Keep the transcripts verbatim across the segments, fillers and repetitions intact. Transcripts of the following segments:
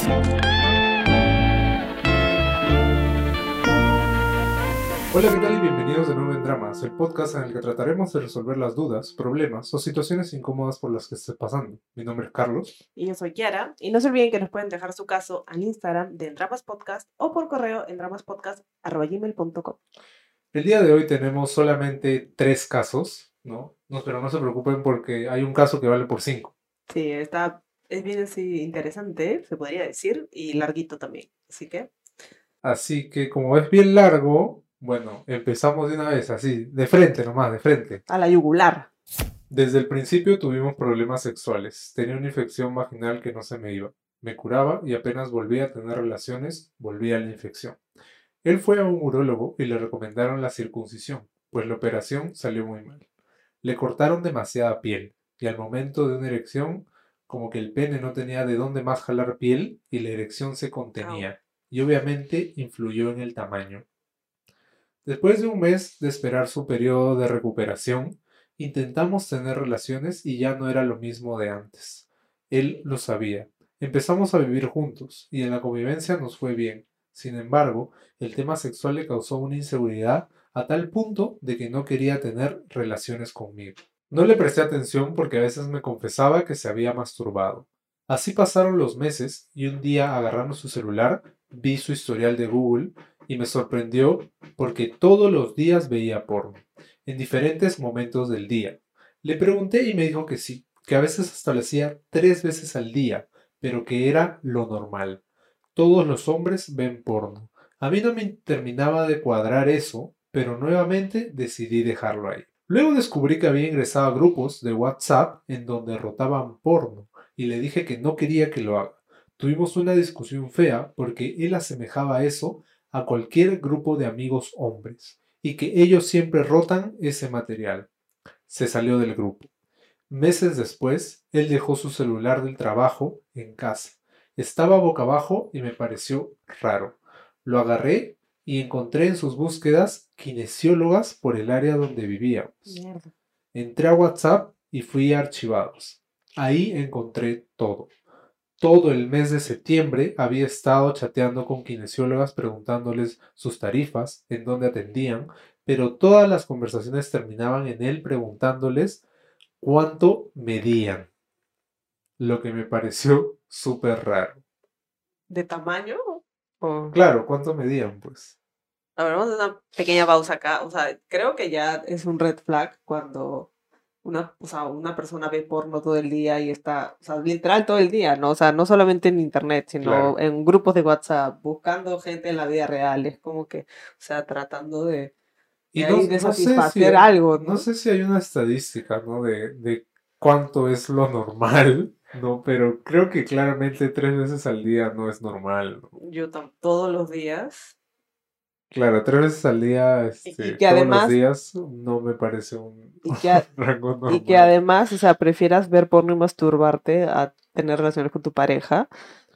Hola, ¿qué tal? Y bienvenidos de nuevo en Dramas, el podcast en el que trataremos de resolver las dudas, problemas o situaciones incómodas por las que estés pasando. Mi nombre es Carlos. Y yo soy Kiara. Y no se olviden que nos pueden dejar su caso al Instagram de Dramas Podcast o por correo en dramaspodcast arroba gmail punto com. El día de hoy tenemos solamente tres casos, ¿no? No, pero no se preocupen porque hay un caso que vale por cinco. Sí, está, es bien así interesante, se podría decir, y larguito también. Así que, Así que como es bien largo, bueno, empezamos de una vez, así, de frente nomás, de frente. a la yugular. Desde el principio tuvimos problemas sexuales. Tenía una infección vaginal que no se me iba. Me curaba y apenas volvía a tener relaciones, volvía la infección. Él fue a un urólogo y le recomendaron la circuncisión, pues la operación salió muy mal. Le cortaron demasiada piel y al momento de una erección, como que el pene no tenía de dónde más jalar piel y la erección se contenía y obviamente influyó en el tamaño. Después de un mes de esperar su periodo de recuperación, intentamos tener relaciones y ya no era lo mismo de antes. Él lo sabía. Empezamos a vivir juntos y en la convivencia nos fue bien. Sin embargo, el tema sexual le causó una inseguridad a tal punto de que no quería tener relaciones conmigo. No le presté atención porque a veces me confesaba que se había masturbado. Así pasaron los meses y un día agarrando su celular vi su historial de Google y me sorprendió porque todos los días veía porno, en diferentes momentos del día. Le pregunté y me dijo que sí, que a veces hasta lo hacía tres veces al día, pero que era lo normal. Todos los hombres ven porno. A mí no me terminaba de cuadrar eso, pero nuevamente decidí dejarlo ahí. Luego descubrí que había ingresado a grupos de WhatsApp en donde rotaban porno y le dije que no quería que lo haga. Tuvimos una discusión fea porque él asemejaba eso a cualquier grupo de amigos hombres y que ellos siempre rotan ese material. Se salió del grupo. Meses después, él dejó su celular del trabajo en casa. Estaba boca abajo y me pareció raro. Lo agarré y encontré en sus búsquedas kinesiólogas por el área donde vivíamos. Mierda. Entré a WhatsApp y fui a archivados. Ahí encontré todo. Todo el mes de septiembre había estado chateando con kinesiólogas preguntándoles sus tarifas, en dónde atendían, pero todas las conversaciones terminaban en él preguntándoles cuánto medían, lo que me pareció súper raro. ¿De tamaño? O... Claro, ¿cuánto medían? Pues A ver, vamos a hacer una pequeña pausa acá. O sea, creo que ya es un red flag cuando una, o sea, una persona ve porno todo el día y está, o sea, literal todo el día, ¿no? O sea, no solamente en internet, sino claro. en grupos de WhatsApp, buscando gente en la vida real. Es como que, o sea, tratando de, Y de no, ahí de no sé si, satisfacer algo, no ¿no? sé si hay una estadística, ¿no? De, de cuánto es lo normal, ¿no? Pero creo que claramente tres veces al día no es normal, ¿no? Yo tam- todos los días. Claro, tres veces al día, Y, y este, que todos los además, días, no me parece un, y que, a- un rango y que normal. además, o sea, prefieras ver porno y masturbarte a tener relaciones con tu pareja.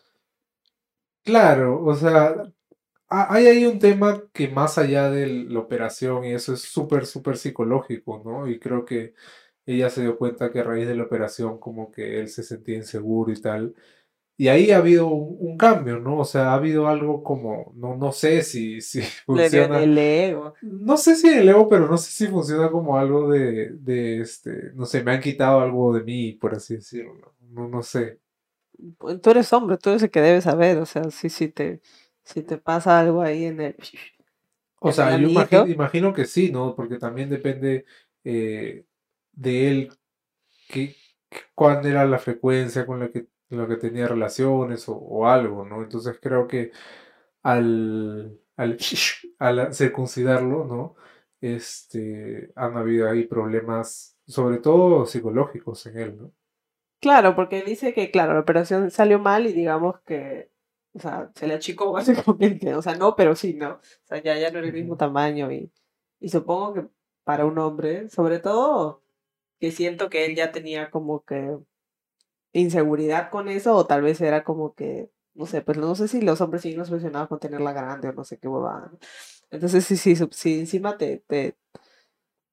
Claro, o sea, ha- hay ahí un tema que más allá de la operación y eso es súper, súper psicológico, ¿no? Y creo que ella se dio cuenta que a raíz de la operación como que él se sentía inseguro y tal. Y ahí ha habido un, un cambio, ¿no? O sea, ha habido algo como, no, no sé si, si Le dio en funciona, el ego. no sé si el ego, pero no sé si funciona como algo de, de este, no sé, me han quitado algo de mí, por así decirlo. No, no sé. Pues, tú eres hombre, tú eres el que debes saber, o sea, si, si te, si te pasa algo ahí en el, O en el sea, yo imagino, amiguito, imagino que sí, ¿no? Porque también depende eh, de él qué, qué- cuál era la frecuencia con la que, con la que tenía relaciones o, o algo, ¿no? Entonces creo que al, al, al circuncidarlo, ¿no? Este, han habido ahí problemas, sobre todo psicológicos en él, ¿no? claro, porque dice que, claro, la operación salió mal y digamos que, o sea, se le achicó básicamente, o sea, no, pero sí, ¿no? O sea, ya, ya no era el mismo Ujú. tamaño y, y supongo que para un hombre, sobre todo, que siento que él ya tenía como que inseguridad con eso, o tal vez era como que, no sé, pues no sé si los hombres siguen obsesionados con tenerla grande o no sé qué huevada, ¿no? Entonces, sí, sí, su- si encima te, te,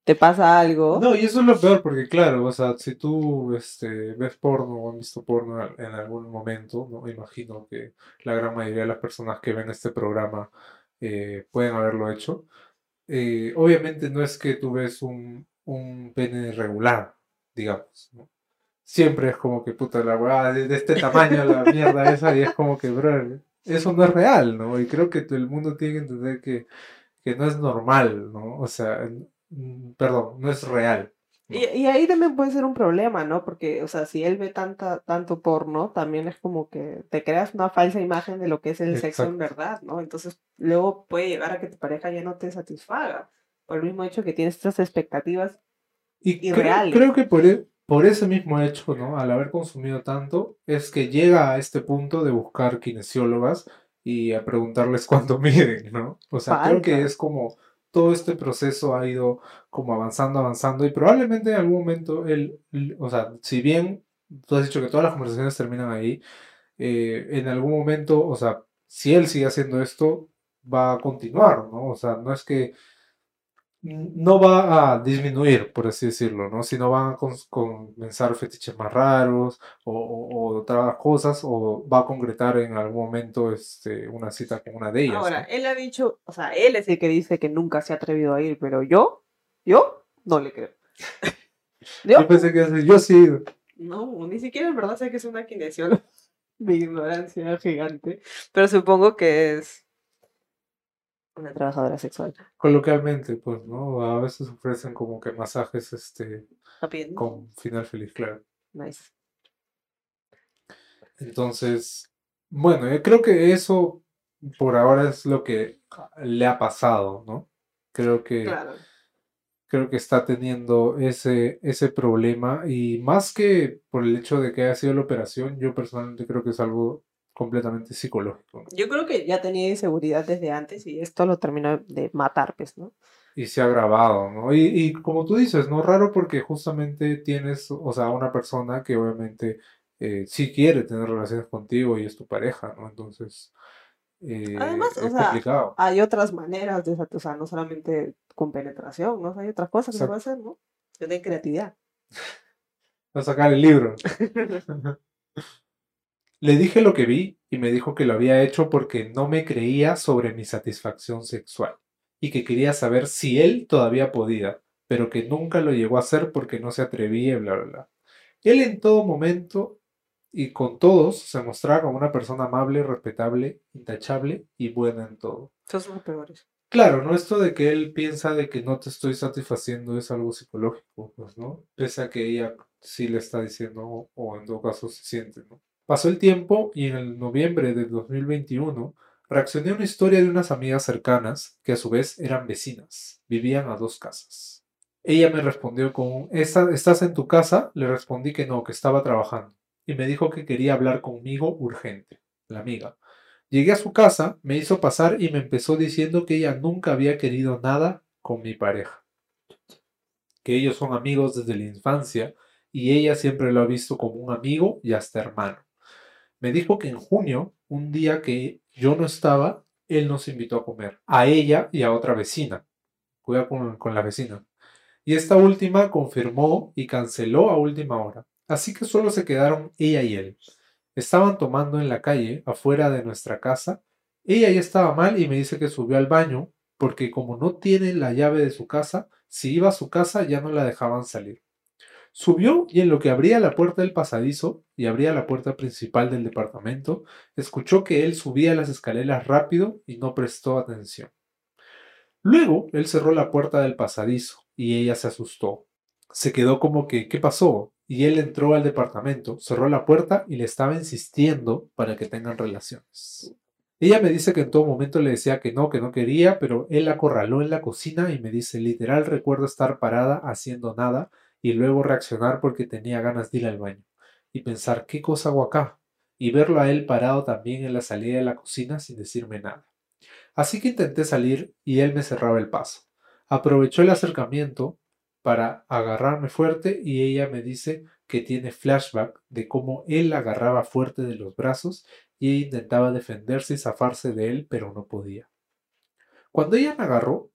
te pasa algo. No, y eso es lo peor, porque claro, o sea, si tú este, ves porno o han visto porno en en algún momento, ¿no? Imagino que la gran mayoría de las personas que ven este programa eh, pueden haberlo hecho. Eh, obviamente no es que tú ves un, un pene irregular, digamos, ¿no? Siempre es como que, puta, la weá de, de este tamaño, la mierda esa, y es como que, bro, eso no es real, ¿no? Y creo que todo el mundo tiene que entender que, que no es normal, ¿no? O sea, mm, perdón, no es real, Y, ¿no? y ahí también puede ser un problema, ¿no? Porque, o sea, si él ve tanta, tanto porno, también es como que te creas una falsa imagen de lo que es el sexo en Exacto. verdad, ¿no? Entonces, luego puede llegar a que tu pareja ya no te satisfaga, por el mismo hecho que tienes estas expectativas Y creo, irreales. creo que por, e- por ese mismo hecho, ¿no? Al haber consumido tanto, es que llega a este punto de buscar kinesiólogas y a preguntarles cuánto miden, ¿no? O sea, creo que Falta. es como todo este proceso ha ido como avanzando, avanzando y probablemente en algún momento él, él- o sea, si bien tú has dicho que todas las conversaciones terminan ahí, eh, en algún momento, o sea, si él sigue haciendo esto, va a continuar, ¿no? O sea, no es que no va a disminuir, por así decirlo, ¿no? Sino van a cons- comenzar fetiches más raros o, o- o otras cosas, o va a concretar en algún momento este, una cita con una de ellas, Ahora, ¿no? él ha dicho, o sea, él es el que dice que nunca se ha atrevido a ir, pero yo, yo no le creo. Yo Yo, pensé que así, yo sí, no, ni siquiera en verdad sé que es una kinesióloga. Mi ignorancia gigante. Pero supongo que es una trabajadora sexual. coloquialmente, pues, ¿no? A veces ofrecen como que masajes, este, Happy end. con final feliz, claro. Nice. Entonces, bueno, yo creo que eso por ahora es lo que le ha pasado, ¿no? Creo que Claro. creo que está teniendo ese, ese problema y más que por el hecho de que haya sido la operación, yo personalmente creo que es algo completamente psicológico, ¿no? Yo creo que ya tenía inseguridad desde antes y esto lo terminó de matar, pues, ¿no? Y se ha agravado, ¿no? Y, y como tú dices, ¿no? Raro porque justamente tienes, o sea, una persona que obviamente eh, sí quiere tener relaciones contigo y es tu pareja, ¿no? Entonces, Además, eh, o es sea, complicado. hay otras maneras de, sat- o sea, no solamente con penetración, ¿no? Hay otras cosas O que se sea, puede hacer, ¿no? Tener creatividad. a sacar el libro. Le dije lo que vi y me dijo que lo había hecho porque no me creía sobre mi satisfacción sexual y que quería saber si él todavía podía, pero que nunca lo llegó a hacer porque no se atrevía y bla bla bla. Él en todo momento y con todos se mostraba como una persona amable, respetable, intachable y buena en todo. Esos son los peores. Claro, ¿no? Esto de que él piensa de que no te estoy satisfaciendo es algo psicológico, pues, ¿no? Pese a que ella sí le está diciendo o, o en todo caso se siente, ¿no? Pasó el tiempo y en el noviembre del dos mil veintiuno reaccioné a una historia de unas amigas cercanas que a su vez eran vecinas, vivían a dos casas. Ella me respondió con un, "¿Esta- ¿Estás en tu casa?" Le respondí que no, que estaba trabajando y me dijo que quería hablar conmigo urgente, la amiga. Llegué a su casa, me hizo pasar y me empezó diciendo que ella nunca había querido nada con mi pareja, que ellos son amigos desde la infancia y ella siempre lo ha visto como un amigo y hasta hermano. Me dijo que en junio, un día que yo no estaba, él nos invitó a comer, a ella y a otra vecina. Cuida con, con la vecina. Y esta última confirmó y canceló a última hora. Así que solo se quedaron ella y él. Estaban tomando en la calle, afuera de nuestra casa. Ella ya estaba mal y me dice que subió al baño porque como no tiene la llave de su casa, si iba a su casa ya no la dejaban salir. Subió y en lo que abría la puerta del pasadizo y abría la puerta principal del departamento, escuchó que él subía las escaleras rápido y no prestó atención. Luego él cerró la puerta del pasadizo y ella se asustó. Se quedó como que, ¿qué pasó? Y él entró al departamento, cerró la puerta y le estaba insistiendo para que tengan relaciones. Ella me dice que en todo momento le decía que no, que no quería, pero él la acorraló en la cocina y me dice, literal recuerdo estar parada haciendo nada y luego reaccionar porque tenía ganas de ir al baño y pensar, ¿qué cosa hago acá? Y verlo a él parado también en la salida de la cocina sin decirme nada. Así que intenté salir y él me cerraba el paso. Aprovechó el acercamiento para agarrarme fuerte y ella me dice que tiene flashback de cómo él la agarraba fuerte de los brazos y ella intentaba defenderse y zafarse de él, pero no podía. Cuando ella me agarró,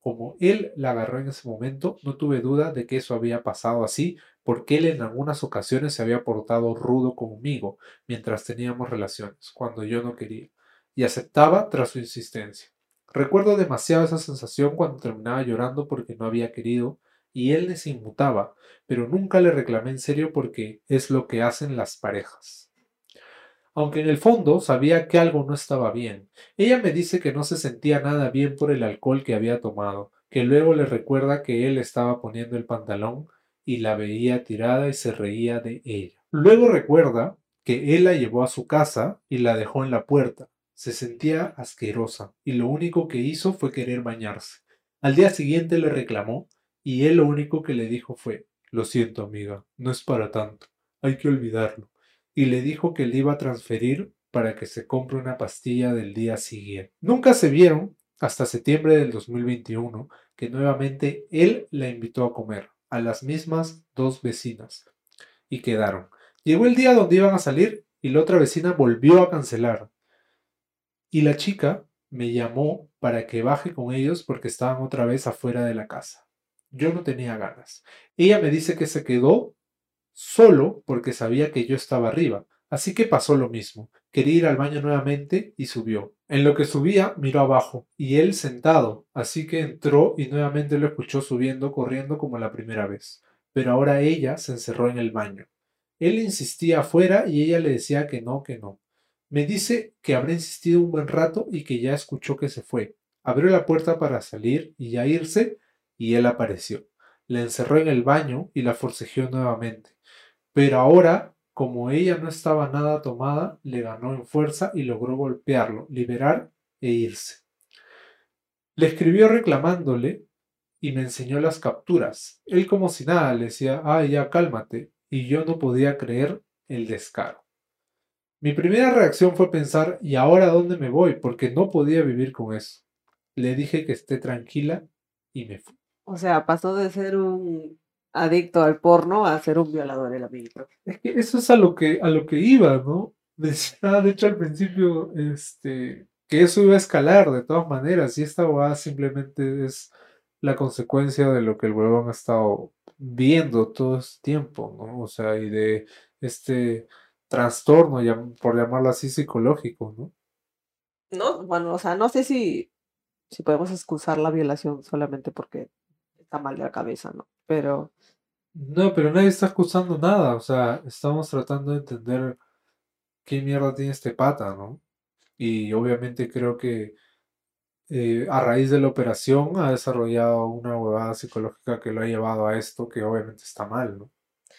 como él la agarró en ese momento, no tuve duda de que eso había pasado así, porque él en algunas ocasiones se había portado rudo conmigo mientras teníamos relaciones, cuando yo no quería, y aceptaba tras su insistencia. Recuerdo demasiado esa sensación cuando terminaba llorando porque no había querido, y él se inmutaba, pero nunca le reclamé en serio porque es lo que hacen las parejas. Aunque en el fondo sabía que algo no estaba bien. Ella me dice que no se sentía nada bien por el alcohol que había tomado, que luego le recuerda que él estaba poniendo el pantalón y la veía tirada y se reía de ella. Luego recuerda que él la llevó a su casa y la dejó en la puerta. Se sentía asquerosa y lo único que hizo fue querer bañarse. Al día siguiente le reclamó y él lo único que le dijo fue: lo siento, amiga, no es para tanto, hay que olvidarlo, y le dijo que le iba a transferir para que se compre una pastilla del día siguiente. Nunca se vieron hasta septiembre del dos mil veintiuno, que nuevamente él la invitó a comer, a las mismas dos vecinas, y quedaron. Llegó el día donde iban a salir y la otra vecina volvió a cancelar. Y la chica me llamó para que baje con ellos porque estaban otra vez afuera de la casa. Yo no tenía ganas. Ella me dice que se quedó solo porque sabía que yo estaba arriba, así que pasó lo mismo. Quería ir al baño nuevamente y subió. En lo que subía, miró abajo, y él sentado, así que entró y nuevamente lo escuchó subiendo, corriendo como la primera vez. Pero ahora ella se encerró en el baño. Él insistía afuera y ella le decía que no, que no. Me dice que habrá insistido un buen rato y que ya escuchó que se fue. Abrió la puerta para salir y ya irse, y él apareció. La encerró en el baño y la forcejeó nuevamente. Pero ahora, como ella no estaba nada tomada, le ganó en fuerza y logró golpearlo, liberar e irse. Le escribió reclamándole y me enseñó las capturas. Él como si nada le decía: ah, ya cálmate, y yo no podía creer el descaro. Mi primera reacción fue pensar: ¿y ahora a dónde me voy? Porque no podía vivir con eso. Le dije que esté tranquila y me fui. O sea, pasó de ser un adicto al porno a ser un violador el amigo. Es que eso es a lo que, a lo que iba, ¿no? Decía, de hecho, al principio, este, que eso iba a escalar de todas maneras, y esta huevada simplemente es la consecuencia de lo que el huevón ha estado viendo todo este tiempo, ¿no? O sea, y de este trastorno, llam- por llamarlo así, psicológico, ¿no? No, bueno, o sea, no sé si, si podemos excusar la violación solamente porque está mal de la cabeza, ¿no? Pero No, pero nadie está acusando nada, o sea, estamos tratando de entender qué mierda tiene este pata, ¿no? Y obviamente creo que eh, a raíz de la operación ha desarrollado una huevada psicológica que lo ha llevado a esto, que obviamente está mal, ¿no?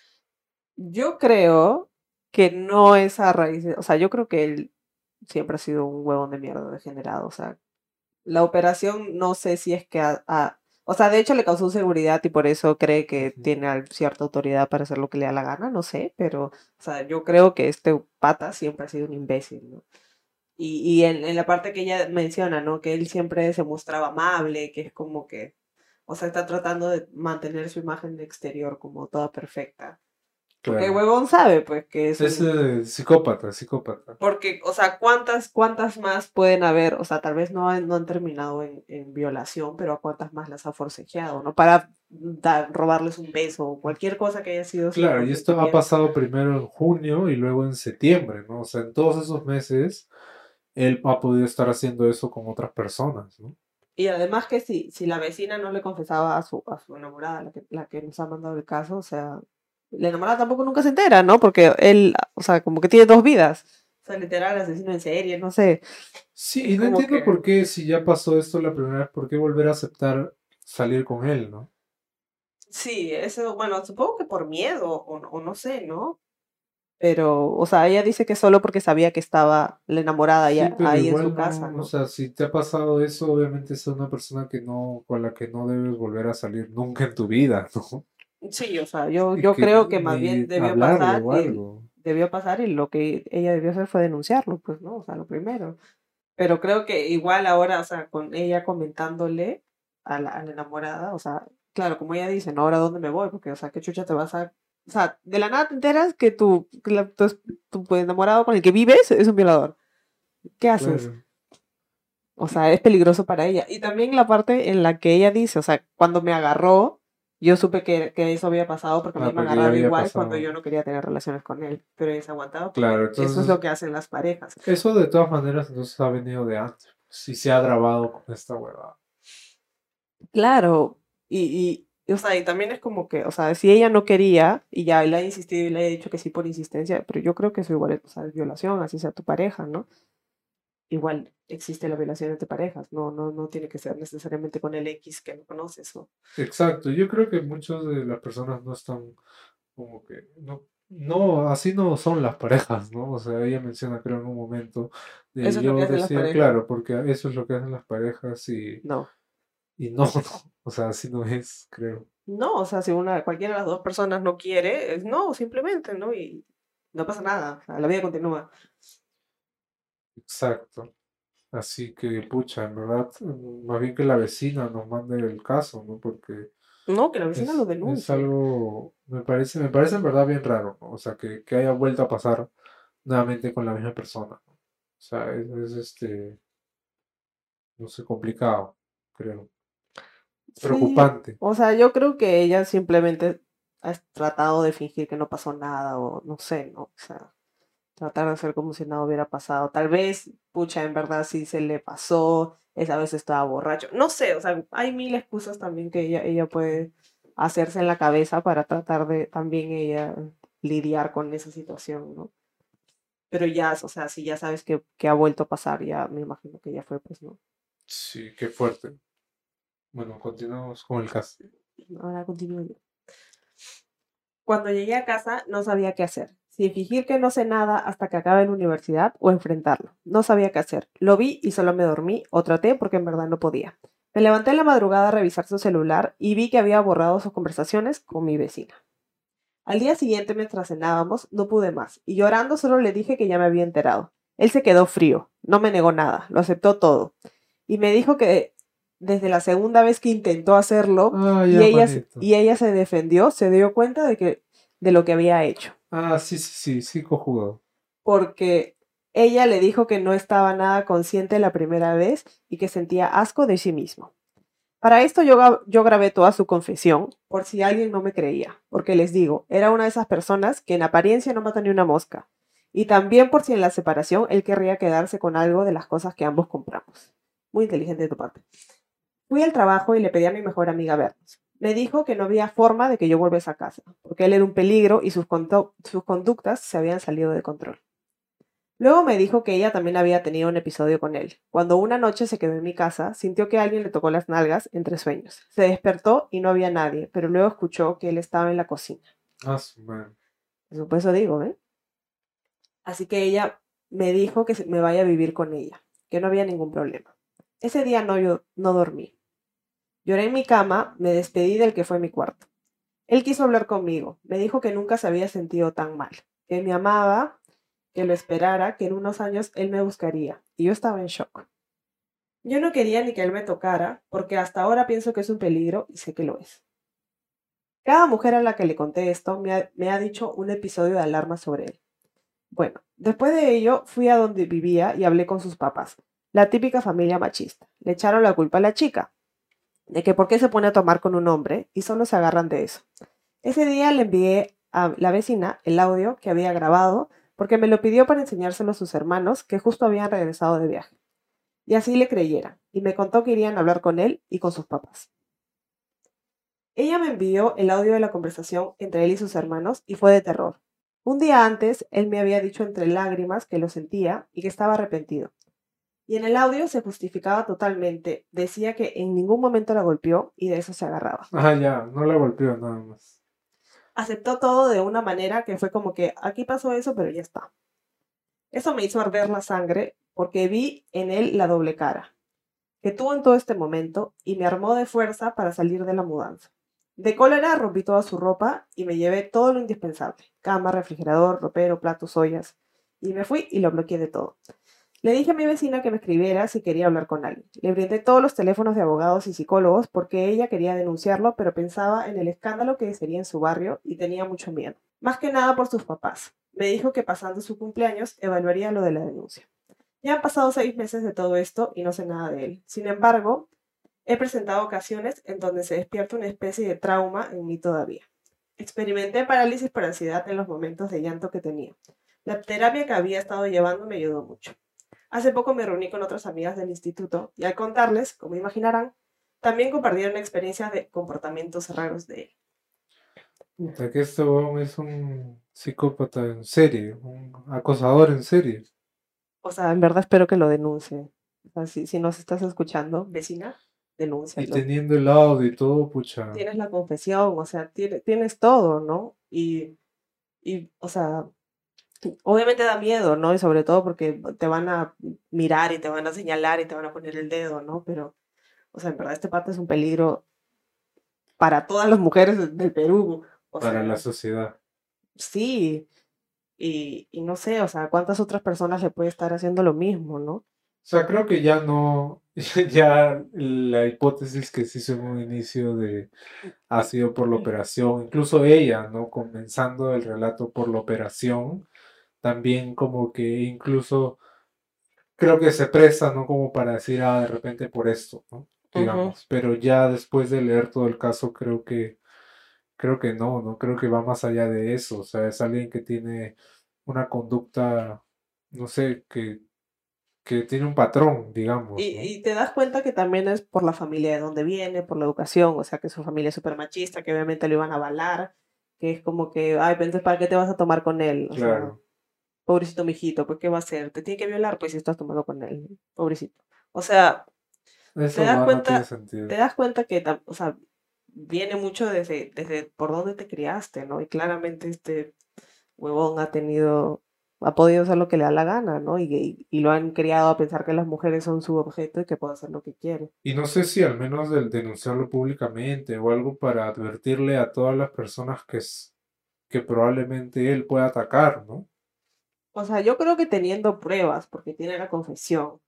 yo creo que no es a raíz de, o sea, yo creo que él siempre ha sido un huevón de mierda degenerado, o sea, la operación no sé si es que a, a- o sea, de hecho le causó seguridad y por eso cree que Ujú. tiene al- cierta autoridad para hacer lo que le da la gana, no sé, pero, o sea, yo creo que este pata siempre ha sido un imbécil, ¿no? Y, y en, en la parte que ella menciona, ¿no? Que él siempre se mostraba amable, que es como que, o sea, está tratando de mantener su imagen de exterior como toda perfecta. Porque el Claro. huevón sabe, pues, que es Es un... eh, psicópata, psicópata. Porque, o sea, ¿cuántas, cuántas más pueden haber? O sea, tal vez no han, no han terminado en, en violación, pero ¿a cuántas más las ha forcejeado, ¿no? Para dar, robarles un beso o cualquier cosa que haya sido sin Claro, y esto ha consentimiento. pasado primero en junio y luego en septiembre, ¿no? O sea, en todos esos meses él ha podido estar haciendo eso con otras personas, ¿no? Y además que si, si la vecina no le confesaba a su, a su enamorada, la que, la que nos ha mandado el caso, o sea, la enamorada tampoco nunca se entera, ¿no? Porque él, o sea, como que tiene dos vidas. O sea, literal, asesino en serie, no sé. Sí, Es y no como entiendo que, por qué, si ya pasó esto la primera vez, por qué volver a aceptar salir con él, ¿no? sí, eso, bueno, supongo que por miedo o, o no sé, ¿no? Pero, o sea, ella dice que solo porque sabía que estaba la enamorada Sí, ya pero ahí en su igual casa, no, o ¿no? sea, si te ha pasado eso, obviamente es una persona que no, con la que no debes volver a salir nunca en tu vida, ¿no? Sí, o sea, yo, Y yo que creo que más bien ni debió hablarle pasar o y algo. debió pasar y lo que ella debió hacer fue denunciarlo, pues, ¿no? O sea, lo primero. Pero creo que igual ahora, o sea, con ella comentándole a la, a la enamorada, o sea, claro, como ella dice, ¿no? Ahora dónde me voy, porque, o sea, qué chucha te vas a... O sea, de la nada te enteras que tu, que la- tu, tu enamorado con el que vives es un violador. ¿Qué haces? Claro. O sea, es peligroso para ella. Y también la parte en la que ella dice, o sea, cuando me agarró, yo supe que, que eso había pasado porque a Ah, mí me porque ya agarraba había igual cuando pasado. yo no quería tener relaciones con él. Pero ella se aguantaba Claro, porque eso es entonces lo que hacen las parejas. eso de todas maneras entonces ha venido de antes. Sí se ha grabado con esta huevada. Claro, y, y, o sea, y también es como que, o sea, si ella no quería y ya le ha insistido y le ha dicho que sí por insistencia, pero yo creo que eso igual es, o sea, es violación, así sea tu pareja, ¿no? Igual existe la violación entre parejas, no, no, no tiene que ser necesariamente con el X que no conoces, ¿no? Exacto, yo creo que muchas de las personas no están como que, no, no, así no son las parejas, ¿no? O sea, ella menciona, creo, en un momento, de Eso es lo que yo hacen las decía, parejas. claro, porque eso es lo que hacen las parejas y, No, y no, no, o sea, así no es, creo. no, o sea, si una, cualquiera de las dos personas no quiere, es no, simplemente, ¿no? Y no pasa nada, o sea, la vida continúa. Exacto. Así que, pucha, en verdad, mm, más bien que la vecina nos mande el caso, ¿no? Porque No, que la vecina lo es, es denuncie. algo, me parece, me parece en verdad bien raro, ¿no? O sea, que, que haya vuelto a pasar nuevamente con la misma persona, ¿no? O sea, es, es, este, no sé, complicado, creo. Sí, Preocupante. o sea, yo creo que ella simplemente ha tratado de fingir que no pasó nada o no sé, ¿no? O sea, tratar de hacer como si nada hubiera pasado. Tal vez, pucha, en verdad sí se le pasó, esa vez estaba borracho. No sé, o sea, hay mil excusas también que ella, ella puede hacerse en la cabeza para tratar de también ella lidiar con esa situación, ¿no? Pero ya, o sea, si ya sabes que, que ha vuelto a pasar, ya me imagino que ya fue, pues, ¿no? Sí, qué fuerte. Bueno, continuamos con el caso. Ahora continúo yo. Cuando llegué a casa no sabía qué hacer, si fingir que no sé nada hasta que acabe la universidad o enfrentarlo. No sabía qué hacer. Lo vi y solo me dormí o traté porque en verdad no podía. Me levanté en la madrugada a revisar su celular y vi que había borrado sus conversaciones con mi vecina. Al día siguiente, mientras cenábamos, no pude más y llorando solo le dije que ya me había enterado. Él se quedó frío, no me negó nada, lo aceptó todo y me dijo que desde la segunda vez que intentó hacerlo Ah, y ya, ella, se- manito. y ella se defendió, se dio cuenta de que de lo que había hecho, Ah, sí, sí, sí, sí, cojudo. porque ella le dijo que no estaba nada consciente la primera vez y que sentía asco de sí mismo. Para esto yo, gra- yo grabé toda su confesión, por si alguien no me creía, porque les digo, era una de esas personas que en apariencia no mata ni una mosca, y también por si en la separación él querría quedarse con algo de las cosas que ambos compramos. Muy inteligente de tu parte. Fui al trabajo y le pedí a mi mejor amiga vernos. Me dijo que no había forma de que yo volviese a casa, porque él era un peligro y sus, condu- sus conductas se habían salido de control. Luego me dijo que ella también había tenido un episodio con él. Cuando una noche se quedó en mi casa, sintió que alguien le tocó las nalgas entre sueños. Se despertó y no había nadie, pero luego escuchó que él estaba en la cocina. Ah, su madre. Eso, por eso digo, ¿eh? Así que ella me dijo que se- me vaya a vivir con ella, que no había ningún problema. Ese día no, yo no dormí. Lloré en mi cama, me despedí del que fue mi cuarto. Él quiso hablar conmigo, me dijo que nunca se había sentido tan mal, que me amaba, que lo esperara, que en unos años él me buscaría, y yo estaba en shock. Yo no quería ni que él me tocara, porque hasta ahora pienso que es un peligro y sé que lo es. Cada mujer a la que le conté esto me ha, me ha dicho un episodio de alarma sobre él. Bueno, después de ello fui a donde vivía y hablé con sus papás, la típica familia machista. Le echaron la culpa a la chica, de que por qué se pone a tomar con un hombre y solo se agarran de eso. Ese día le envié a la vecina el audio que había grabado porque me lo pidió para enseñárselo a sus hermanos que justo habían regresado de viaje. Y así le creyera, y me contó que irían a hablar con él y con sus papás. Ella me envió el audio de la conversación entre él y sus hermanos y fue de terror. Un día antes, él me había dicho entre lágrimas que lo sentía y que estaba arrepentido. Y en el audio se justificaba totalmente, decía que en ningún momento la golpeó y de eso se agarraba. Ah, ya, no la golpeó nada más. Aceptó todo de una manera que fue como que aquí pasó eso, pero ya está. Eso me hizo arder la sangre porque vi en él la doble cara que tuvo en todo este momento y me armó de fuerza para salir de la mudanza. De cólera rompí toda su ropa y me llevé todo lo indispensable, cama, refrigerador, ropero, platos, ollas, y me fui y lo bloqueé de todo. Le dije a mi vecina que me escribiera si quería hablar con alguien. Le brindé todos los teléfonos de abogados y psicólogos porque ella quería denunciarlo, pero pensaba en el escándalo que sería en su barrio y tenía mucho miedo. Más que nada por sus papás. Me dijo que pasando su cumpleaños evaluaría lo de la denuncia. Ya han pasado seis meses de todo esto y no sé nada de él. Sin embargo, he presentado ocasiones en donde se despierta una especie de trauma en mí todavía. Experimenté parálisis por ansiedad en los momentos de llanto que tenía. La terapia que había estado llevando me ayudó mucho. Hace poco me reuní con otras amigas del instituto y al contarles, como imaginarán, también compartieron experiencias de comportamientos raros de él. Puta, que este huevón es un psicópata en serie, un acosador en serie. O sea, en verdad espero que lo denuncie. O sea, si, si nos estás escuchando, vecina, Y denúncialo. teniendo el audio y todo, pucha. Tienes la confesión, o sea, tiene- tienes todo, ¿no? Y, y, o sea, obviamente da miedo, ¿no? Y sobre todo porque te van a mirar y te van a señalar y te van a poner el dedo, ¿no? Pero, o sea, en verdad este pato es un peligro para todas las mujeres de- del Perú. O Para la sea, sociedad. sí. Y, y no sé, o sea, cuántas otras personas le puede estar haciendo lo mismo, ¿no? O sea, creo que ya no, ya la hipótesis que se hizo en un inicio de ha sido por la operación, incluso ella, ¿no? Comenzando el relato por la operación, también como que incluso creo que se presta, ¿no? Como para decir, ah, de repente por esto, ¿no? Ujú. Digamos, pero ya después de leer todo el caso, creo que, creo que no, ¿no? Creo que va más allá de eso, o sea, es alguien que tiene una conducta, no sé, que, que tiene un patrón, digamos, Y, ¿no? y te das cuenta que también es por la familia de donde viene, por la educación, o sea, que su familia es súper machista, que obviamente lo iban a avalar, que es como que, ay, pero entonces, ¿para qué te vas a tomar con él? O sea, Claro, pobrecito mijito, pues, ¿qué va a hacer? Te tiene que violar, pues, si estás tomando con él, pobrecito. O sea, te eso das va, no tiene cuenta, te sentido. das cuenta que, tam- o sea, viene mucho desde, desde por dónde te criaste, ¿no? Y claramente este huevón ha tenido, ha podido hacer lo que le da la gana, ¿no? Y, y, y lo han criado a pensar que las mujeres son su objeto y que puede hacer lo que quiere. Y no sé si al menos del denunciarlo públicamente o algo para advertirle a todas las personas que, s- que probablemente él pueda atacar, ¿no? O sea, yo creo que teniendo pruebas, porque tiene la confesión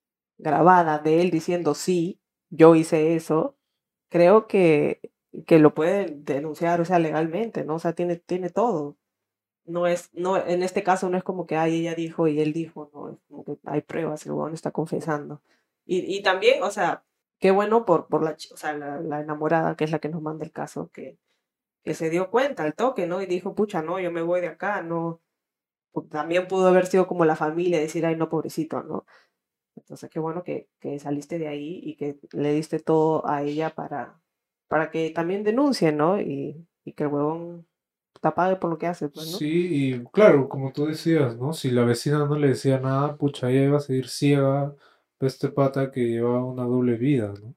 grabada de él diciendo sí, yo hice eso, creo que, que lo puede denunciar, o sea, legalmente, ¿no? O sea, tiene, tiene todo. No es, no, en este caso no es como que, ay, ella dijo y él dijo, no, es como que hay pruebas, el huevón está confesando. Y, y también, o sea, qué bueno por, por la, ch- o sea, la, la enamorada, que es la que nos manda el caso, que, que se dio cuenta al toque, ¿no? Y dijo, pucha, no, yo me voy de acá, no. Pu- También pudo haber sido como la familia, decir, ay, no, pobrecito, ¿no? Entonces, qué bueno que, que saliste de ahí y que le diste todo a ella para, para que también denuncie, ¿no? Y, y que el huevón te pague por lo que hace, pues, ¿no? Sí, y claro, como tú decías, ¿no? Si la vecina no le decía nada, pucha, ella iba a seguir ciega de este pata que llevaba una doble vida, ¿no?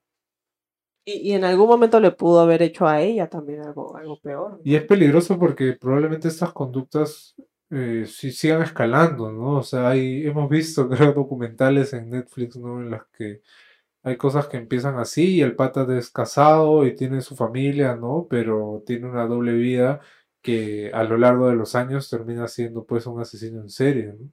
Y, y en algún momento le pudo haber hecho a ella también algo, algo peor, Y es ¿no? peligroso porque probablemente estas conductas eh, sí sigan escalando, ¿no? O sea, hay, hemos visto, creo, documentales en Netflix, ¿no? En las que hay cosas que empiezan así y el pata es casado y tiene su familia, ¿no? Pero tiene una doble vida que a lo largo de los años termina siendo pues un asesino en serie, ¿no?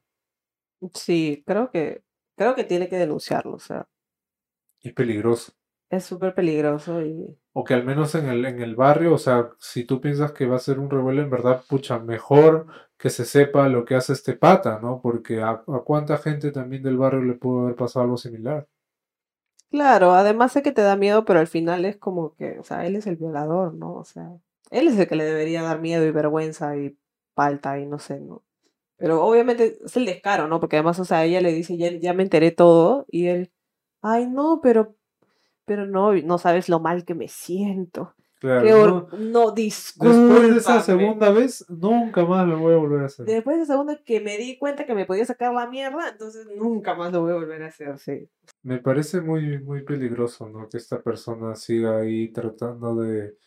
Sí, creo que, creo que tiene que denunciarlo, o sea, Y peligroso. es súper peligroso y O que al menos en el, en el barrio, o sea, si tú piensas que va a ser un revuelo, en verdad, pucha, mejor que se sepa lo que hace este pata, ¿no? Porque a, a cuánta gente también del barrio le pudo haber pasado algo similar. claro, además sé que te da miedo, pero al final es como que, o sea, él es el violador, ¿no? O sea, él es el que le debería dar miedo y vergüenza y falta y no sé, ¿no? Pero obviamente es el descaro, ¿no? Porque además, o sea, ella le dice, ya, ya me enteré todo y él, ay, no, pero, pero no, no sabes lo mal que me siento. Claro, Que or- no. no, Después de esa discúlpame. segunda vez, nunca más lo voy a volver a hacer. Después de segundo que me di cuenta que me podía sacar la mierda, entonces nunca más lo voy a volver a hacer, sí. Me parece muy, muy peligroso, ¿no? Que esta persona siga ahí tratando de,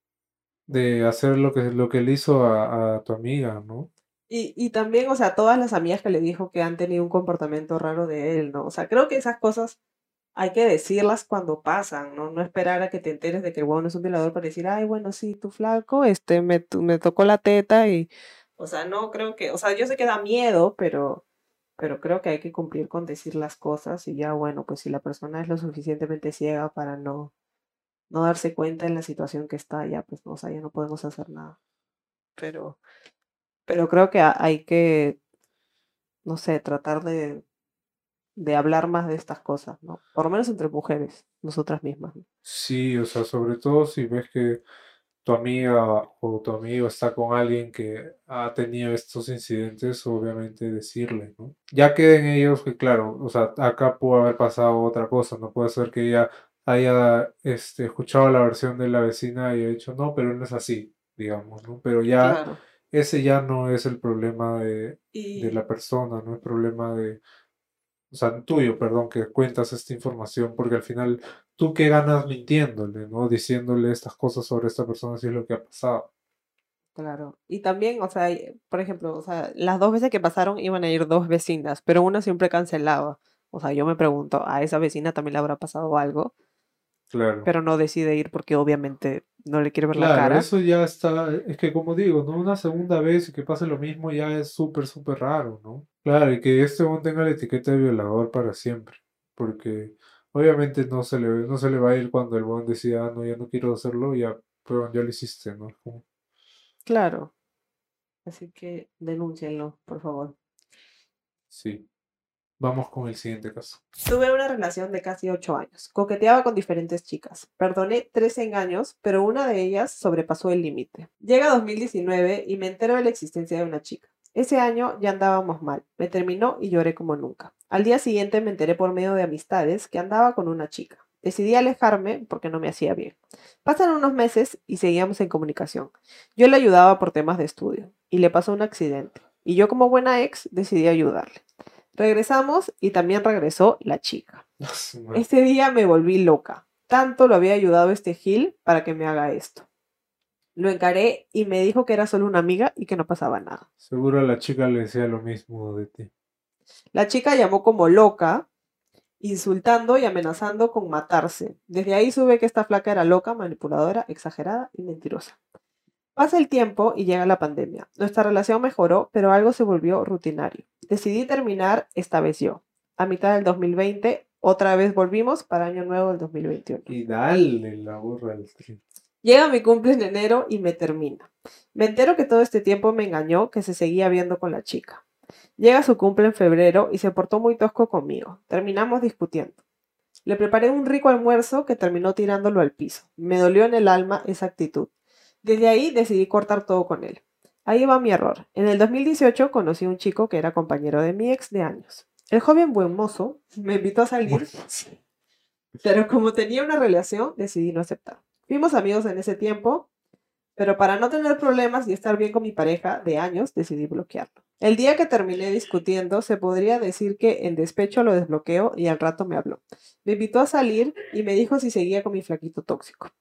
de hacer lo que, lo que le hizo a, a tu amiga, ¿no? Y, y también, o sea, todas las amigas que le dijo que han tenido un comportamiento raro de él, ¿no? O sea, creo que esas cosas hay que decirlas cuando pasan, ¿no? No esperar a que te enteres de que el huevón es un violador para decir, ay, bueno, sí, tu flaco, este, me, tu- me tocó la teta y... O sea, no creo que, o sea, yo sé que da miedo, pero, pero creo que hay que cumplir con decir las cosas y ya, bueno, pues si la persona es lo suficientemente ciega para no, no darse cuenta en la situación que está, ya, pues, no, o sea, ya no podemos hacer nada. Pero, pero creo que ha- hay que, no sé, tratar de, de hablar más de estas cosas, ¿no? Por lo menos entre mujeres, nosotras mismas, ¿no? Sí, o sea, sobre todo si ves que tu amiga o tu amigo está con alguien que ha tenido estos incidentes, obviamente decirle, ¿no? Ya queden ellos que, claro, o sea, acá pudo haber pasado otra cosa, no puede ser que ella haya este, escuchado la versión de la vecina y haya dicho, no, pero no es así, digamos, ¿no? Pero ya, Claro. ese ya no es el problema de, de Y la persona, no es problema de, o sea, tuyo, perdón, que cuentas esta información, porque al final, ¿tú qué ganas mintiéndole, ¿no? Diciéndole estas cosas sobre esta persona si es lo que ha pasado. claro. Y también, o sea, y- por ejemplo, o sea, las dos veces que pasaron iban a ir dos vecinas, pero una siempre cancelaba. O sea, yo me pregunto, ¿a esa vecina también le habrá pasado algo? Claro. Pero no decide ir porque obviamente no le quiere ver la Claro, cara. eso ya está, es que como digo, ¿no? Una segunda vez y que pase lo mismo ya es súper, súper raro, ¿no? Claro, y que este hombre tenga la etiqueta de violador para siempre, porque obviamente no se le, no se le va a ir cuando el buen decida, ah, no, ya no quiero hacerlo, ya, pero ya lo hiciste, ¿no? Es como, Claro. Así que denúncienlo, por favor. sí, vamos con el siguiente caso. Tuve una relación de casi ocho años. Coqueteaba con diferentes chicas. Perdoné tres engaños, pero una de ellas sobrepasó el límite. Llega dos mil diecinueve y me entero de la existencia de una chica. Ese año ya andábamos mal. Me terminó y lloré como nunca. Al día siguiente me enteré por medio de amistades que andaba con una chica. Decidí alejarme porque no me hacía bien. Pasan unos meses y seguíamos en comunicación. Yo le ayudaba por temas de estudio y le pasó un accidente. Y yo como buena ex decidí ayudarle. Regresamos y también regresó la chica. Su madre. Este día me volví loca. Tanto lo había ayudado este Gil para que me haga esto. Lo encaré y me dijo que era solo una amiga y que no pasaba nada. Seguro a la chica le decía lo mismo de ti. La chica llamó como loca, insultando y amenazando con matarse. Desde ahí supe que esta flaca era loca, manipuladora, exagerada y mentirosa. Pasa el tiempo y llega la pandemia. Nuestra relación mejoró, pero algo se volvió rutinario. Decidí terminar esta vez yo. A mitad del dos mil veinte, otra vez volvimos para Año Nuevo del dos mil veintiuno. Y dale la burra al tri. Llega mi cumple en enero y me termina. Me entero que todo este tiempo me engañó, que se seguía viendo con la chica. Llega su cumple en febrero y se portó muy tosco conmigo. Terminamos discutiendo. Le preparé un rico almuerzo que terminó tirándolo al piso. Me dolió en el alma esa actitud. Desde ahí decidí cortar todo con él. Ahí va mi error. En el dos mil dieciocho conocí a un chico que era compañero de mi ex de años. El joven buen mozo me invitó a Bueno, salir, sí. pero como tenía una relación, decidí no aceptar. Fuimos amigos en ese tiempo, pero para no tener problemas y estar bien con mi pareja de años, decidí bloquearlo. El día que terminé discutiendo, se podría decir que en despecho lo desbloqueo y al rato me habló. Me invitó a salir y me dijo si seguía con mi flaquito tóxico.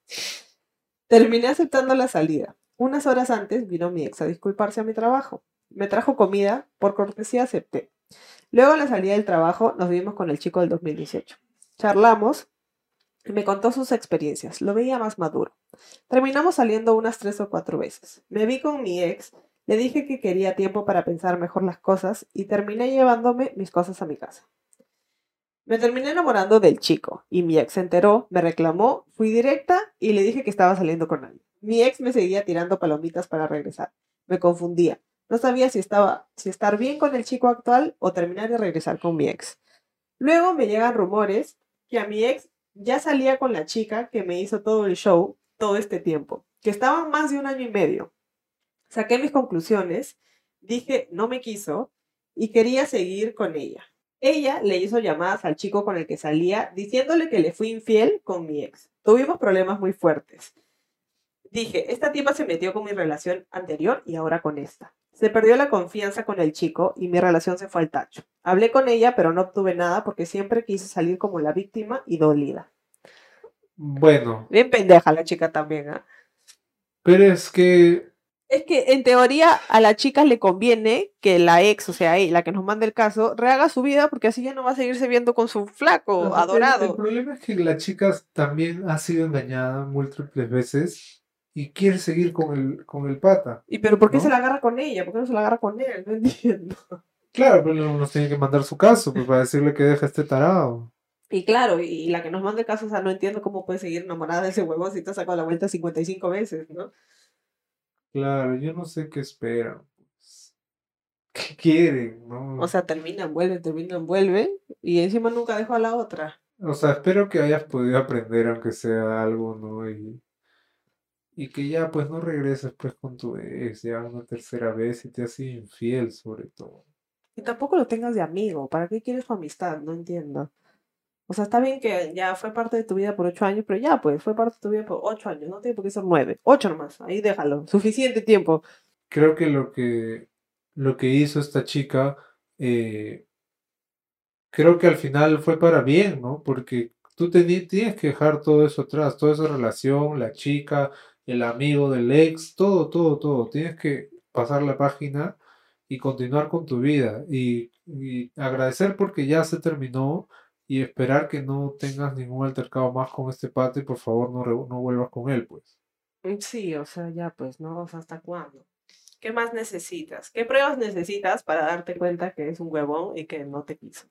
Terminé aceptando la salida. Unas horas antes vino mi ex a disculparse a mi trabajo. Me trajo comida, por cortesía acepté. Luego a la salida del trabajo nos vimos con el chico del dos mil dieciocho. Charlamos y me contó sus experiencias. Lo veía más maduro. Terminamos saliendo unas tres o cuatro veces. Me vi con mi ex, le dije que quería tiempo para pensar mejor las cosas y terminé llevándome mis cosas a mi casa. Me terminé enamorando del chico y mi ex se enteró, me reclamó, fui directa y le dije que estaba saliendo con alguien. Mi ex me seguía tirando palomitas para regresar. Me confundía. No sabía si estaba, si estar bien con el chico actual o terminar de regresar con mi ex. Luego me llegan rumores que a mi ex ya salía con la chica que me hizo todo el show todo este tiempo, que estaban más de un año y medio. Saqué mis conclusiones, dije no me quiso y quería seguir con ella. Ella le hizo llamadas al chico con el que salía diciéndole que le fui infiel con mi ex. Tuvimos problemas muy fuertes. Dije, esta tipa se metió con mi relación anterior y ahora con esta. Se perdió la confianza con el chico y mi relación se fue al tacho. Hablé con ella, pero no obtuve nada porque siempre quise salir como la víctima y dolida. Bueno, Bien pendeja la chica también, ¿ah? pero es que Es que en teoría a la chica le conviene que la ex, o sea, la que nos manda el caso, rehaga su vida porque así ya no va a seguirse viendo con su flaco ajá, el, el adorado. problema es que la chica también ha sido engañada múltiples veces y quiere seguir con el, con el pata, ¿Y pero por qué se la ¿no? agarra con ella? ¿Por qué no se la agarra con él? No entiendo. Claro, pero no nos tiene que mandar su caso, pues para decirle que deja este tarado. Y claro, y, y la que nos manda el caso, o sea, no entiendo cómo puede seguir enamorada de ese huevón si te ha sacado la vuelta cincuenta y cinco veces, ¿no? Claro, yo no sé qué esperan, pues. ¿Qué quieren? O ¿No? sea, terminan, vuelven, terminan, vuelven, y encima nunca dejó a la otra. O sea, espero que hayas podido aprender aunque sea algo, ¿no? Y, y que ya pues no regreses pues con tu ex ya una tercera vez y te has sido infiel sobre todo. Y tampoco lo tengas de amigo. ¿Para qué quieres su amistad? No entiendo. O sea, está bien que ya fue parte de tu vida por ocho años, pero ya, pues, fue parte de tu vida por ocho años. No tiene por qué ser nueve. Ocho nomás. Ahí déjalo. Suficiente tiempo. Creo que lo que, lo que hizo esta chica, eh, creo que al final fue para bien, ¿no? Porque tú teni- tienes que dejar todo eso atrás, toda esa relación, la chica, el amigo del ex, todo, todo, todo. Tienes que pasar la página y continuar con tu vida y, y agradecer porque ya se terminó y esperar que no tengas ningún altercado más con este pato y por favor no, re- no vuelvas con él, pues. Mm, sí, o sea, ya, pues, ¿no? O sea, ¿hasta cuándo? ¿Qué más necesitas? ¿Qué pruebas necesitas para darte cuenta que es un huevón y que no te quiso?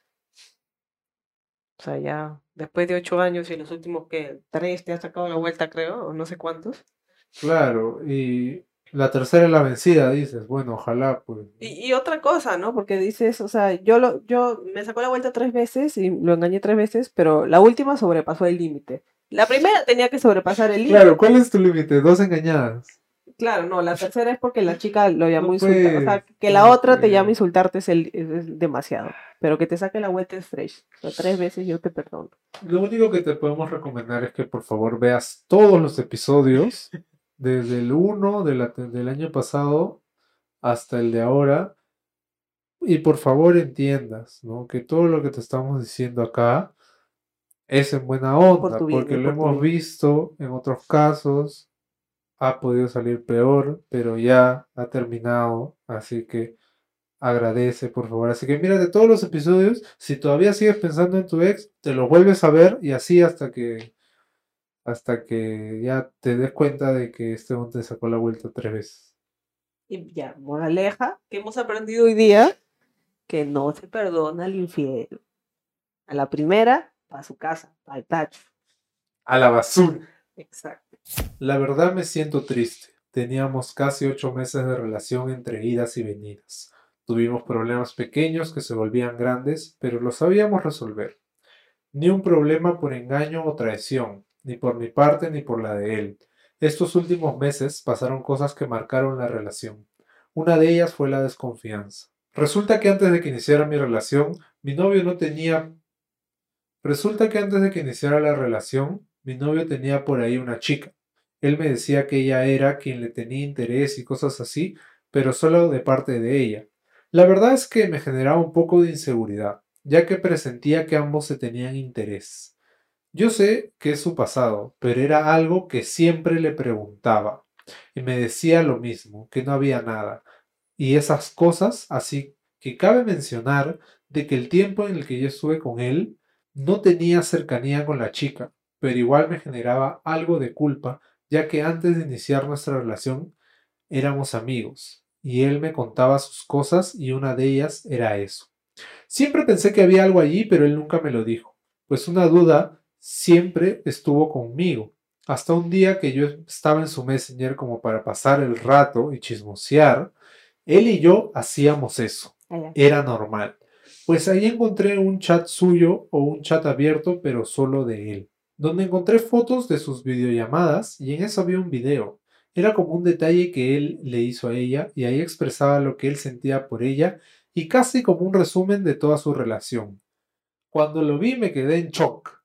O sea, ya, después de ocho años y los últimos que tres te has sacado la vuelta, creo, o no sé cuántos. Claro, y la tercera es la vencida, dices, bueno, ojalá, pues, ¿no? Y, y otra cosa, ¿no? Porque dices, o sea, yo lo, yo me sacó la vuelta tres veces y lo engañé tres veces, pero la última sobrepasó el límite. La primera tenía que sobrepasar el Claro, límite. ¿cuál es tu límite? Dos engañadas. Claro, no, la tercera es porque la chica lo llamó No insultar. O puedes, sea, que la no otra te llame puedes. insultarte es, el, es, es demasiado. Pero que te saque la vuelta es fresh. O sea, tres veces yo te perdono. Lo único que te podemos recomendar es que por favor veas todos los episodios, desde el uno de la te- del año pasado hasta el de ahora, y por favor entiendas, ¿no? Que todo lo que te estamos diciendo acá es en buena Por onda, tu bien, porque es lo por tu hemos bien. visto en otros casos, ha podido salir peor, pero ya ha terminado, así que agradece, por favor. Así que mira de todos los episodios. Si todavía sigues pensando en tu ex, te lo vuelves a ver y así hasta que hasta que ya te des cuenta de que este hombre te sacó la vuelta tres veces. Y ya, moraleja, que hemos aprendido hoy día, que no se perdona al infiel. A la primera, a su casa, al tacho. A la basura. Exacto. La verdad me siento triste. Teníamos casi ocho meses de relación entre idas y venidas. Tuvimos problemas pequeños que se volvían grandes, pero los sabíamos resolver. Ni un problema por engaño o traición, ni por mi parte ni por la de él. Estos últimos meses pasaron cosas que marcaron la relación. Una de ellas fue la desconfianza. Resulta que antes de que iniciara mi relación, mi novio no tenía... Resulta que antes de que iniciara la relación, mi novio tenía por ahí una chica. Él me decía que ella era quien le tenía interés y cosas así, pero solo de parte de ella. La verdad es que me generaba un poco de inseguridad, ya que presentía que ambos se tenían interés. Yo sé que es su pasado, pero era algo que siempre le preguntaba. Y me decía lo mismo, que no había nada. Y esas cosas, así que cabe mencionar de que el tiempo en el que yo estuve con él no tenía cercanía con la chica, pero igual me generaba algo de culpa, ya que antes de iniciar nuestra relación éramos amigos, y él me contaba sus cosas y una de ellas era eso. Siempre pensé que había algo allí, pero él nunca me lo dijo, pues una duda siempre estuvo conmigo. Hasta un día que yo estaba en su Messenger como para pasar el rato y chismosear, él y yo hacíamos eso. Allá. Era normal. Pues ahí encontré un chat suyo o un chat abierto, pero solo de él, donde encontré fotos de sus videollamadas y en eso había un video. Era como un detalle que él le hizo a ella y ahí expresaba lo que él sentía por ella y casi como un resumen de toda su relación. Cuando lo vi me quedé en shock.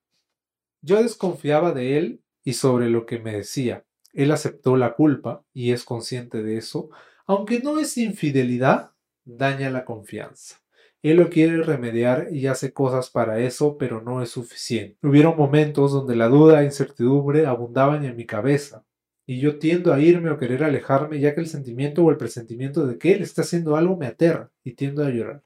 Yo desconfiaba de él y sobre lo que me decía. Él aceptó la culpa y es consciente de eso, aunque no es infidelidad, daña la confianza. Él lo quiere remediar y hace cosas para eso, pero no es suficiente. Hubieron momentos donde la duda e incertidumbre abundaban en mi cabeza, y yo tiendo a irme o querer alejarme, ya que el sentimiento o el presentimiento de que él está haciendo algo me aterra y tiendo a llorar.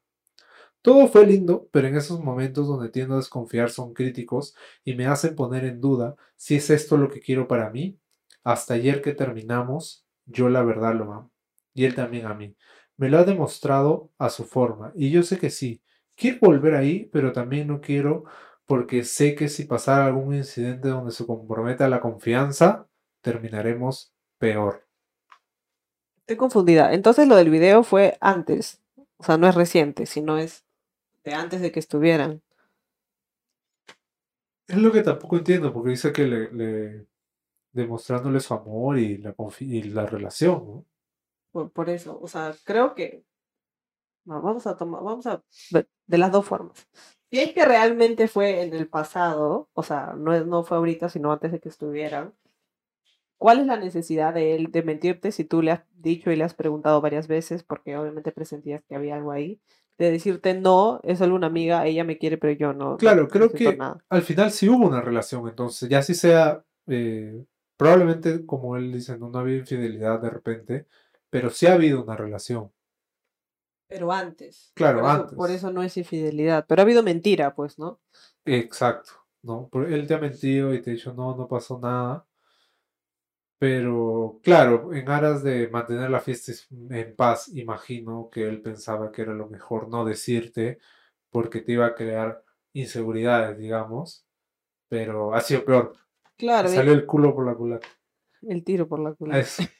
Todo fue lindo, pero en esos momentos donde tiendo a desconfiar son críticos y me hacen poner en duda si es esto lo que quiero para mí. Hasta ayer que terminamos, yo la verdad lo amo. Y él también a mí. Me lo ha demostrado a su forma. Y yo sé que sí. Quiero volver ahí, pero también no quiero porque sé que si pasara algún incidente donde se comprometa la confianza, terminaremos peor. Estoy confundida. Entonces lo del video fue antes. O sea, no es reciente, sino es de antes de que estuvieran. Es lo que tampoco entiendo, porque dice que le, le- demostrándole su amor y la, confi- y la relación, ¿no? Por, por eso. O sea, creo que. No, vamos a tomar, vamos a ver de las dos formas. Si es que realmente fue en el pasado, o sea, no, es- no fue ahorita, sino antes de que estuvieran, ¿cuál es la necesidad de él de mentirte si tú le has dicho y le has preguntado varias veces, porque obviamente presentías que había algo ahí, de decirte no, es solo una amiga, ella me quiere, pero yo no, no, Claro, no creo siento que nada. al final sí hubo una relación, entonces ya sí sea, eh, probablemente como él dice, no, no había infidelidad de repente, pero sí ha habido una relación. Pero antes. Por Claro, eso, por antes. eso no es infidelidad. Pero ha habido mentira, pues, ¿no? Exacto, ¿no? Por- Él te ha mentido y te ha dicho, no, no pasó nada. Pero claro, en aras de mantener la fiesta en paz, imagino que él pensaba que era lo mejor no decirte porque te iba a crear inseguridades, digamos. Pero ha sido peor. Claro, Salió el, el culo por la culata. el tiro por la culata. Eso.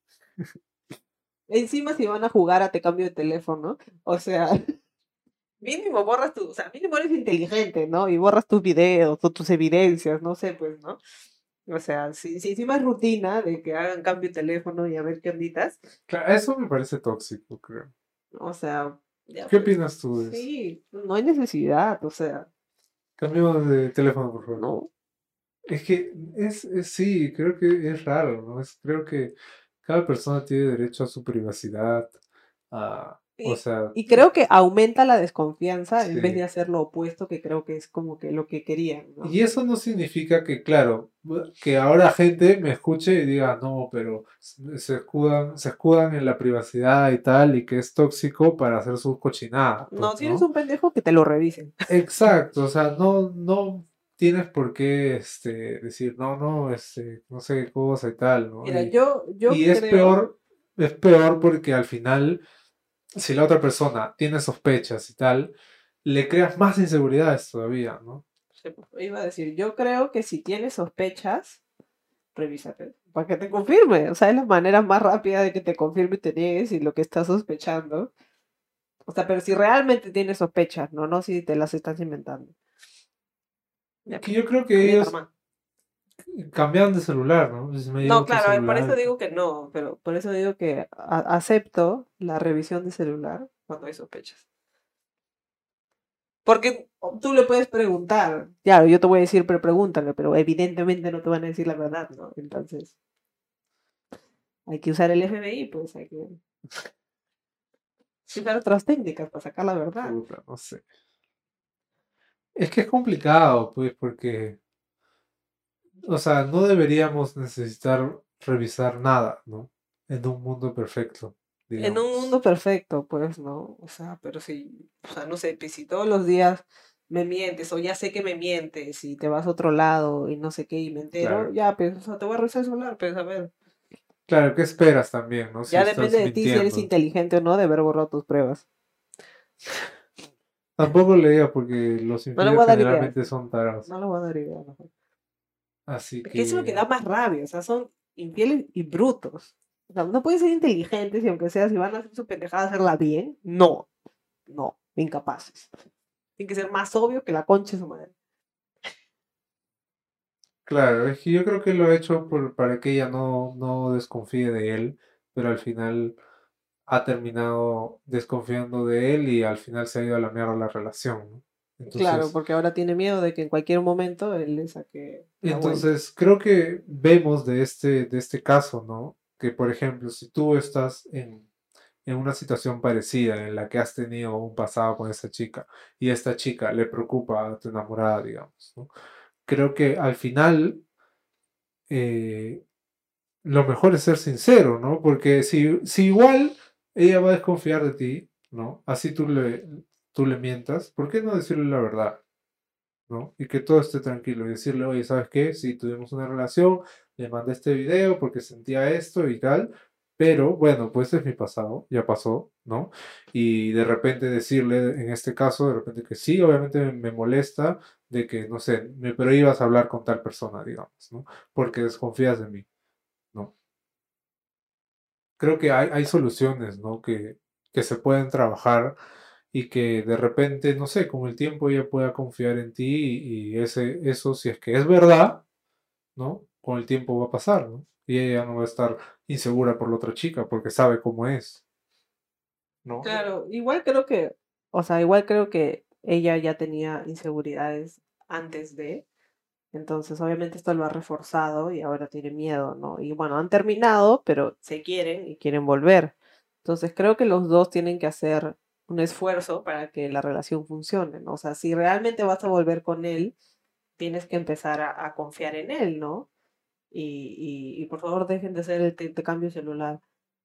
Encima si van a jugar a te cambio de teléfono, o sea, mínimo borras tu, o sea, mínimo eres inteligente, ¿no? Y borras tus videos o tus evidencias, no sé, pues, ¿no? O sea, si, si encima es rutina de que hagan cambio de teléfono y a ver qué onditas, Claro, eso me parece tóxico, creo. o sea, ya ¿Qué pues, opinas tú de eso? sí, no hay necesidad, o sea, Cambiemos de teléfono, por favor. no. Es que es, es- sí, creo que es raro, ¿no? Es, creo que cada persona tiene derecho a su privacidad, a, o Y, sea, y creo que aumenta la desconfianza en vez de sí. hacer lo opuesto, que creo que es como que lo que querían, ¿no? Y eso no significa que, claro, que ahora gente me escuche y diga, no, pero se se escudan, se escudan en la privacidad y tal, y que es tóxico para hacer sus cochinadas, pues, No, si eres ¿no? un pendejo, que te lo revisen. Exacto, o sea, no, no tienes por qué este, decir, no, no, este, no sé qué cosa y tal, ¿no? Mira, Y, yo, yo y es creo, peor, es peor porque al final, si la otra persona tiene sospechas y tal, le creas más inseguridades todavía, ¿no? se- iba a decir, yo creo que si tienes sospechas, revísate, para que te confirme. O sea, es la manera más rápida de que te confirme y te niegues y lo que estás sospechando. O sea, pero si realmente tienes sospechas, no, no si te las estás inventando. Y Ya, que pues, yo creo que cambié ellos más. cambian de celular, ¿no? Si me No, llevo tu claro, eh, por celular eso y tal. digo que no, pero por eso digo que a- acepto la revisión de celular cuando hay sospechas. Porque tú le puedes preguntar, claro, yo te voy a decir, pero pregúntale, pero evidentemente no te van a decir la verdad, ¿no? Entonces, hay que usar el F B I, pues hay que usar otras técnicas para sacar la verdad. Puta, no sé. Es que es complicado, pues, porque, o sea, no deberíamos necesitar revisar nada, ¿no? En un mundo perfecto, En un digamos. mundo perfecto, pues, ¿no? O sea, pero si, o sea, no sé, pues, si todos los días me mientes, o ya sé que me mientes, y te vas a otro lado y no sé qué, y me entero, Claro. ya, pues, o sea, te voy a revisar el celular, pues, a ver. Claro, ¿qué esperas también, ¿no? Si Ya depende estás de ti si eres mintiendo. inteligente o no de haber borrado tus pruebas. Tampoco le digas porque los No le infieles voy a dar ideas, generalmente son tarados. no le voy a dar ideas. Mejor. Así Porque eso es lo que da que, más rabia, o sea, son infieles y brutos. O sea, no pueden ser inteligentes y aunque sea, si van a hacer su pendejada, hacerla bien, no, no, incapaces. Tiene que ser más obvio que la concha de su madre. claro, es que yo creo que lo ha hecho por, para que ella no, no desconfíe de él, pero al final ha terminado desconfiando de él y al final se ha ido a la mierda la relación, ¿no? Claro, Entonces, porque ahora tiene miedo de que en cualquier momento él le saque la vuelta. entonces creo que vemos de este, de este caso, ¿no? Que por ejemplo, si tú estás en, en una situación parecida en la que has tenido un pasado con esta chica y esta chica le preocupa a tu enamorada, digamos, ¿no? Creo que al final eh, lo mejor es ser sincero, ¿no? Porque si, si igual ella va a desconfiar de ti, ¿no? Así tú le, tú le mientas, ¿por qué no decirle la verdad? ¿No? Y que todo esté tranquilo y decirle, oye, ¿sabes qué? Si tuvimos una relación, le mandé este video porque sentía esto y tal, pero bueno, pues es mi pasado, ya pasó, ¿no? Y de repente decirle, en este caso, de repente que sí, obviamente me, me molesta de que, no sé, me prohíbas hablar con tal persona, digamos, ¿no? Porque desconfías de mí, ¿no? creo que hay, hay soluciones, ¿no? Que, que se pueden trabajar y que de repente, no sé, con el tiempo ella pueda confiar en ti y, y ese, eso, si es que es verdad, ¿no? Con el tiempo va a pasar, ¿no? Y ella no va a estar insegura por la otra chica porque sabe cómo es, ¿no? Claro, igual creo que, o sea, igual creo que ella ya tenía inseguridades antes de, entonces obviamente esto lo ha reforzado y ahora tiene miedo, ¿no? Y bueno, han terminado, pero se quieren y quieren volver. Entonces creo que los dos tienen que hacer un esfuerzo para que la relación funcione, ¿no? O sea, si realmente vas a volver con él, tienes que empezar a, a confiar en él, ¿no? Y, y, y por favor dejen de hacer el te, te cambio celular,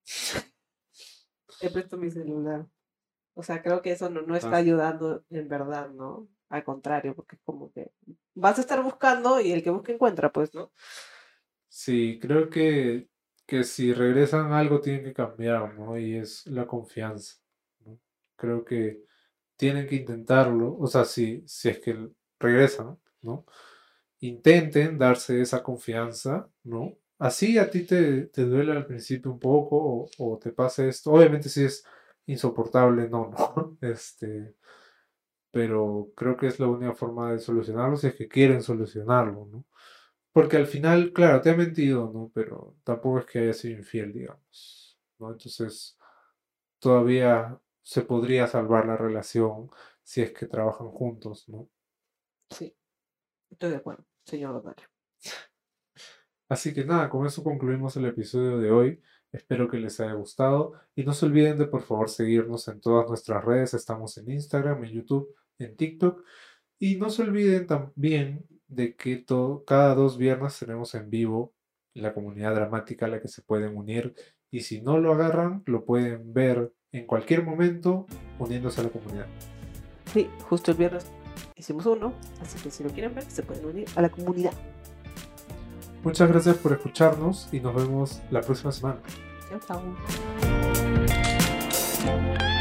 te presto mi celular. O sea, creo que eso no, no está Ah, ayudando en verdad, ¿no? Al contrario, porque es como que vas a estar buscando y el que busca encuentra, pues, ¿no? sí, creo que, que si regresan algo tiene que cambiar, ¿no? Y es la confianza, ¿no? Creo que tienen que intentarlo, o sea, si, si es que regresan, ¿no? Intenten darse esa confianza, ¿no? Así a ti te, te duele al principio un poco o, o te pasa esto. Obviamente si es insoportable, no, no. Este, pero creo que es la única forma de solucionarlo si es que quieren solucionarlo, ¿no? Porque al final, claro, te ha mentido, ¿no? Pero tampoco es que haya sido infiel, digamos, ¿no? Entonces, todavía se podría salvar la relación si es que trabajan juntos, ¿no? Sí, estoy de acuerdo, señor Otario. Así que nada, con eso concluimos el episodio de hoy. Espero que les haya gustado y no se olviden de por favor seguirnos en todas nuestras redes. Estamos en Instagram, en YouTube, en TikTok. Y no se olviden también de que to- cada dos viernes tenemos en vivo la comunidad dramática a la que se pueden unir. Y si no lo agarran, lo pueden ver en cualquier momento uniéndose a la comunidad. Sí, justo el viernes hicimos uno, así que si lo quieren ver, se pueden unir a la comunidad. Muchas gracias por escucharnos y nos vemos la próxima semana. Chao, chao.